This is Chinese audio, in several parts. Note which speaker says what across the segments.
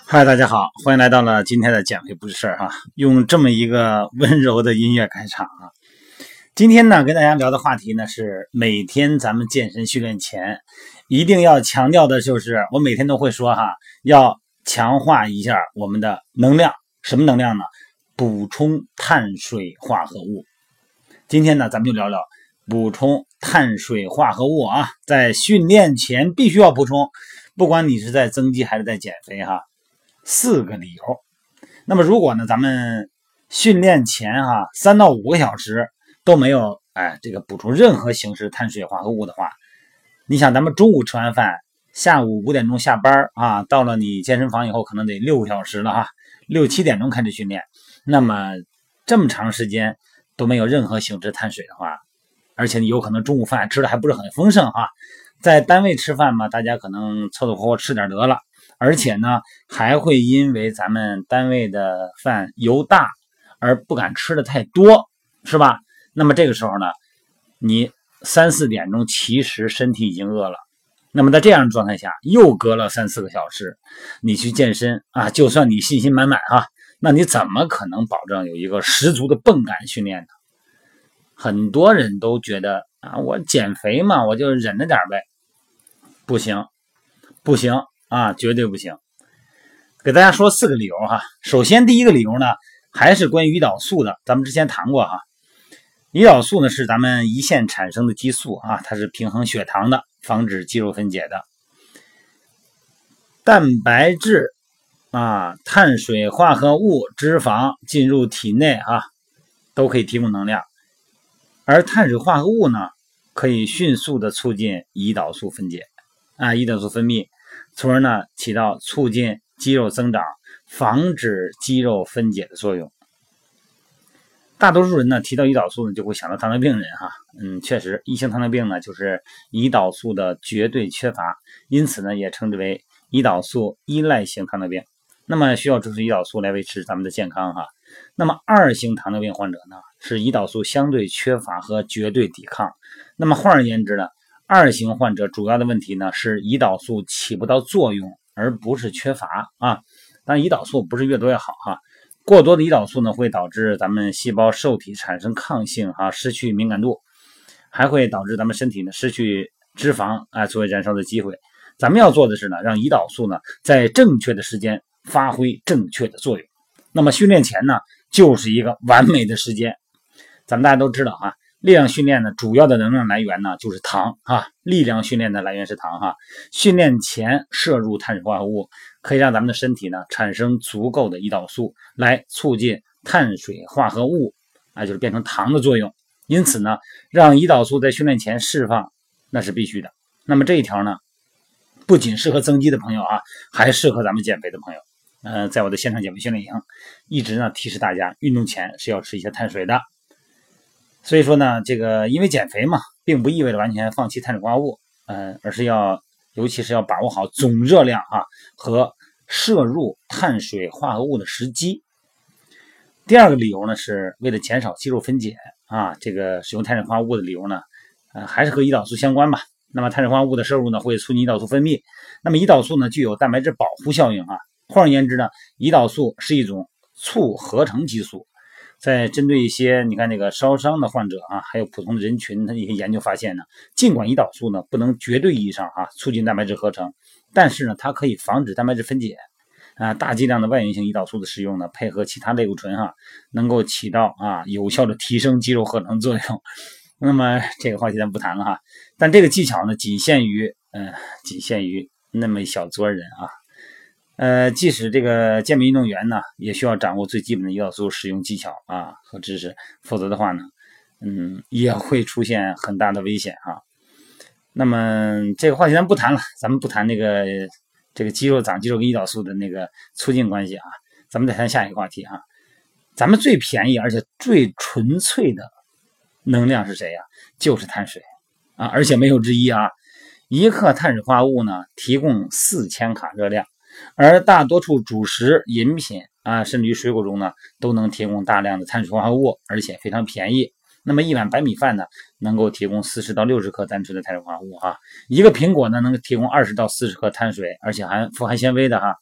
Speaker 1: 嗨，大家好，欢迎来到了今天的减肥不是事儿哈。用这么一个温柔的音乐开场啊。今天呢，跟大家聊的话题呢是每天咱们健身训练前一定要强调的就是，我每天都会说哈，要强化一下我们的能量。什么能量呢？补充碳水化合物。今天呢，咱们就聊聊补充碳水化合物啊，在训练前必须要补充，不管你是在增肌还是在减肥哈。4个理由。那么如果呢咱们训练前3到5个小时都没有这个补充任何形式碳水化合物的话，你想咱们中午吃完饭，下午5点钟下班到了你健身房以后可能得6个小时了6、7点钟开始训练，那么这么长时间都没有任何形式碳水的话，而且你有可能中午饭吃的还不是很丰盛在单位吃饭嘛，大家可能凑凑合合吃点得了，而且呢还会因为咱们单位的饭油大而不敢吃的太多，是吧？那么这个时候呢，你3、4点钟其实身体已经饿了，那么在这样的状态下又隔了3、4个小时，你去健身就算你信心满满那你怎么可能保证有一个十足的泵感训练呢？很多人都觉得我减肥嘛，我就忍着点呗。不行绝对不行。给大家说4个理由首先第一个理由呢，还是关于胰岛素的，咱们之前谈过胰岛素呢是咱们胰腺产生的激素它是平衡血糖的，防止肌肉分解的。蛋白质碳水化合物、脂肪进入体内都可以提供能量，而碳水化合物呢可以迅速的促进胰岛素分解胰岛素分泌，从而呢起到促进肌肉增长、防止肌肉分解的作用。大多数人呢提到胰岛素呢就会想到糖尿病人确实1型糖尿病呢就是胰岛素的绝对缺乏，因此呢也称之为胰岛素依赖型糖尿病。那么需要注射胰岛素来维持咱们的健康那么2型糖尿病患者呢是胰岛素相对缺乏和绝对抵抗。那么换而言之呢，2型患者主要的问题呢是胰岛素起不到作用，而不是缺乏当然胰岛素不是越多越好过多的胰岛素呢会导致咱们细胞受体产生抗性失去敏感度，还会导致咱们身体呢失去脂肪作为燃烧的机会。咱们要做的是呢让胰岛素呢在正确的时间发挥正确的作用。那么训练前呢就是一个完美的时间。咱们大家都知道力量训练呢主要的能量来源呢就是糖力量训练的来源是糖训练前摄入碳水化合物可以让咱们的身体呢产生足够的胰岛素来促进碳水化合物就是变成糖的作用。因此呢让胰岛素在训练前释放那是必须的。那么这一条呢不仅适合增肌的朋友还适合咱们减肥的朋友。在我的现场减肥训练营一直呢提示大家运动前是要吃一些碳水的。所以说呢这个因为减肥嘛并不意味着完全放弃碳水化合物而是尤其是要把握好总热量和摄入碳水化合物的时机。第2个理由呢是为了减少肌肉分解这个使用碳水化合物的理由呢还是和胰岛素相关吧。那么碳水化合物的摄入呢会促进胰岛素分泌，那么胰岛素呢具有蛋白质保护效应换而言之呢胰岛素是一种促合成激素。在针对一些你看那个烧伤的患者还有普通的人群的一些研究发现呢，尽管胰岛素呢不能绝对意义上促进蛋白质合成，但是呢它可以防止蛋白质分解大剂量的外源性胰岛素的使用呢配合其他类固醇能够起到有效的提升肌肉合成作用。那么这个话题咱不谈了但这个技巧呢仅限于那么一小撮人即使这个健美运动员呢也需要掌握最基本的胰岛素使用技巧和知识，否则的话呢也会出现很大的危险那么这个话题咱不谈了，咱们不谈这个肌肉长肌肉跟胰岛素的那个促进关系咱们再谈下一个话题咱们最便宜而且最纯粹的能量是谁就是碳水而且没有之一1克碳水化合物呢提供4000卡热量，而大多数主食、饮品甚至于水果中呢都能提供大量的碳水化合物，而且非常便宜。那么一碗白米饭呢能够提供40到60克单纯的碳水化合物一个苹果呢能够提供20到40克碳水，而且还富含纤维的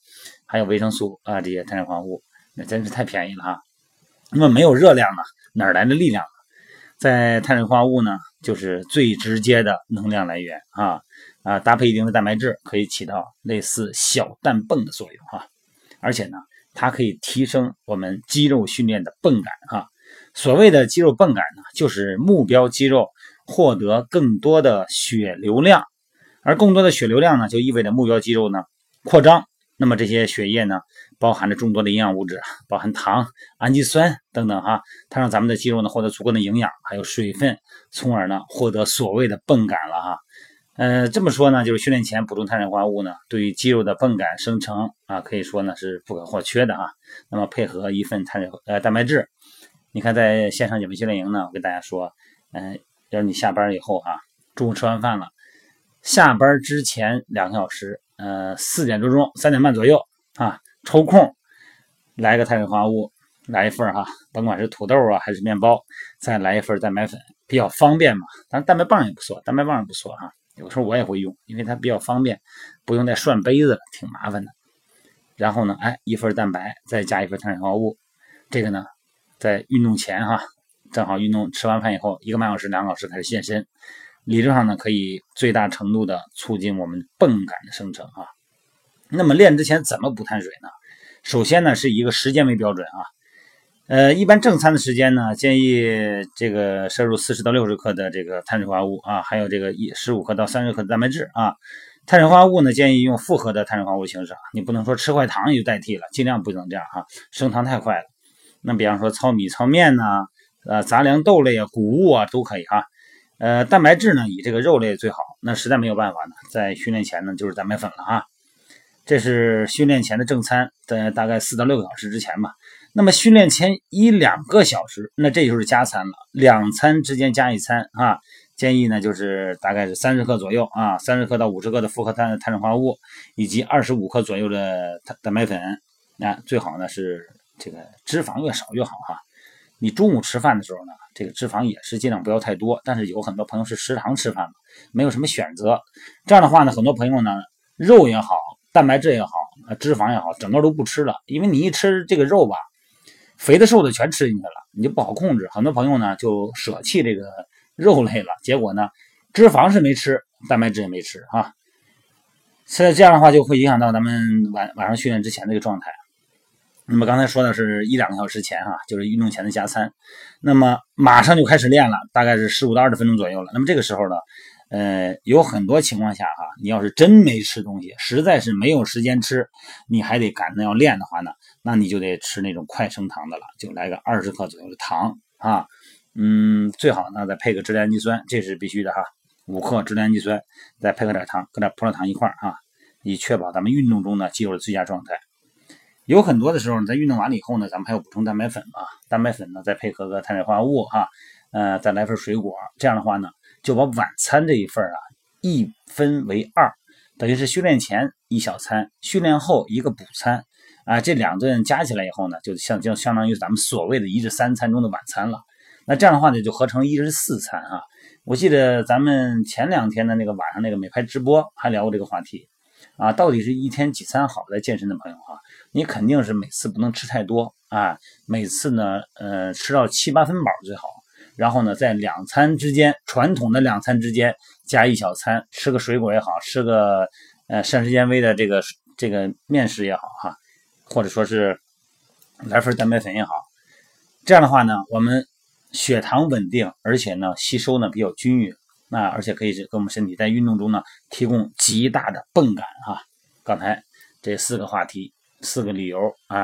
Speaker 1: 还有维生素啊，这些碳水化合物，那真是太便宜了哈。那么没有热量呢，哪来的力量呢？在碳水化合物呢，就是最直接的能量来源搭配一定的蛋白质，可以起到类似小弹泵的作用而且呢，它可以提升我们肌肉训练的泵感所谓的肌肉泵感呢，就是目标肌肉获得更多的血流量，而更多的血流量呢，就意味着目标肌肉呢扩张。那么这些血液呢，包含着众多的营养物质，包含糖、氨基酸等等它让咱们的肌肉呢获得足够的营养，还有水分，从而呢获得所谓的泵感了这么说呢，就是训练前补充碳水化合物呢，对于肌肉的泵感生成可以说呢是不可或缺的那么配合一份蛋白质，你看在线上减肥训练营呢，我跟大家说，要是你下班以后中午吃完饭了，下班之前2个小时，4点多钟3点半左右抽空来个碳水化合物，来一份甭管是土豆还是面包，再来一份蛋白粉，比较方便嘛。当然蛋白棒也不错，有时候我也会用，因为它比较方便，不用再涮杯子了，挺麻烦的。然后呢，一份蛋白再加一份碳水化合物，这个呢，在运动前正好运动吃完饭以后1个半小时2个小时开始健身，理论上呢可以最大程度的促进我们泵感的生成那么练之前怎么补碳水呢？首先呢是以一个时间为标准一般正餐的时间呢，建议这个摄入40到60克的这个碳水化合物还有这个15克到30克的蛋白质碳水化合物呢，建议用复合的碳水化合物形式你不能说吃块糖也就代替了，尽量不能这样升糖太快了。那比方说糙米、糙面杂粮豆类谷物都可以蛋白质呢以这个肉类最好，那实在没有办法呢，在训练前呢就是蛋白粉了这是训练前的正餐，在大概4到6个小时之前吧。那么训练前1-2个小时，那这就是加餐了，2餐之间加一餐建议呢就是大概是30克左右30克到50克的复合碳水化合物，以及25克左右的蛋白粉最好呢是这个脂肪越少越好你中午吃饭的时候呢，这个脂肪也是尽量不要太多，但是有很多朋友是食堂吃饭没有什么选择，这样的话呢，很多朋友呢肉也好，蛋白质也好，脂肪也好，整个都不吃了，因为你一吃这个肉吧，肥的瘦的全吃进去了，你就不好控制。很多朋友呢就舍弃这个肉类了，结果呢脂肪是没吃，蛋白质也没吃现在这样的话就会影响到咱们晚上训练之前这个状态。那么刚才说的是1-2个小时前就是运动前的加餐，那么马上就开始练了，大概是15到20分钟左右了。那么这个时候呢有很多情况下你要是真没吃东西，实在是没有时间吃，你还得赶着要练的话呢，那你就得吃那种快升糖的了，就来个20克左右的糖最好呢再配个支链氨基酸，这是必须的5克支链氨基酸，再配合点糖，搁点葡萄糖一块以确保咱们运动中的肌肉的最佳状态。有很多的时候在运动完了以后呢，咱们还要补充蛋白粉蛋白粉呢再配合个碳水化合物再来份水果，这样的话呢就把晚餐这一份一分为2，等于是训练前一小餐，训练后一个补餐这2顿加起来以后呢，就相当于咱们所谓的1日3餐中的晚餐了。那这样的话呢就合成1日4餐我记得咱们前2天的那个晚上那个美拍直播还聊过这个话题到底是一天几餐好？在健身的朋友你肯定是每次不能吃太多每次呢吃到7-8分饱最好，然后呢在2餐之间，传统的2餐之间加一小餐，吃个水果也好，吃个膳食纤维的这个面食也好或者说是来份蛋白粉也好，这样的话呢我们血糖稳定，而且呢吸收呢比较均匀而且可以给我们身体在运动中呢提供极大的泵感刚才这4个话题4个理由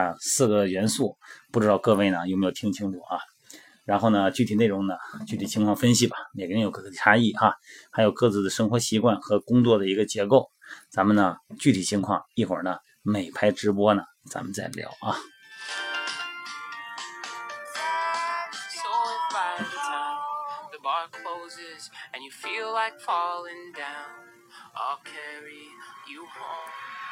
Speaker 1: 4个元素，不知道各位呢有没有听清楚然后呢具体内容呢具体情况分析吧，每个人有各个的差异还有各自的生活习惯和工作的一个结构，咱们呢具体情况一会儿呢美拍直播呢咱们再聊bar closes and you feel like falling down, I'll carry you home.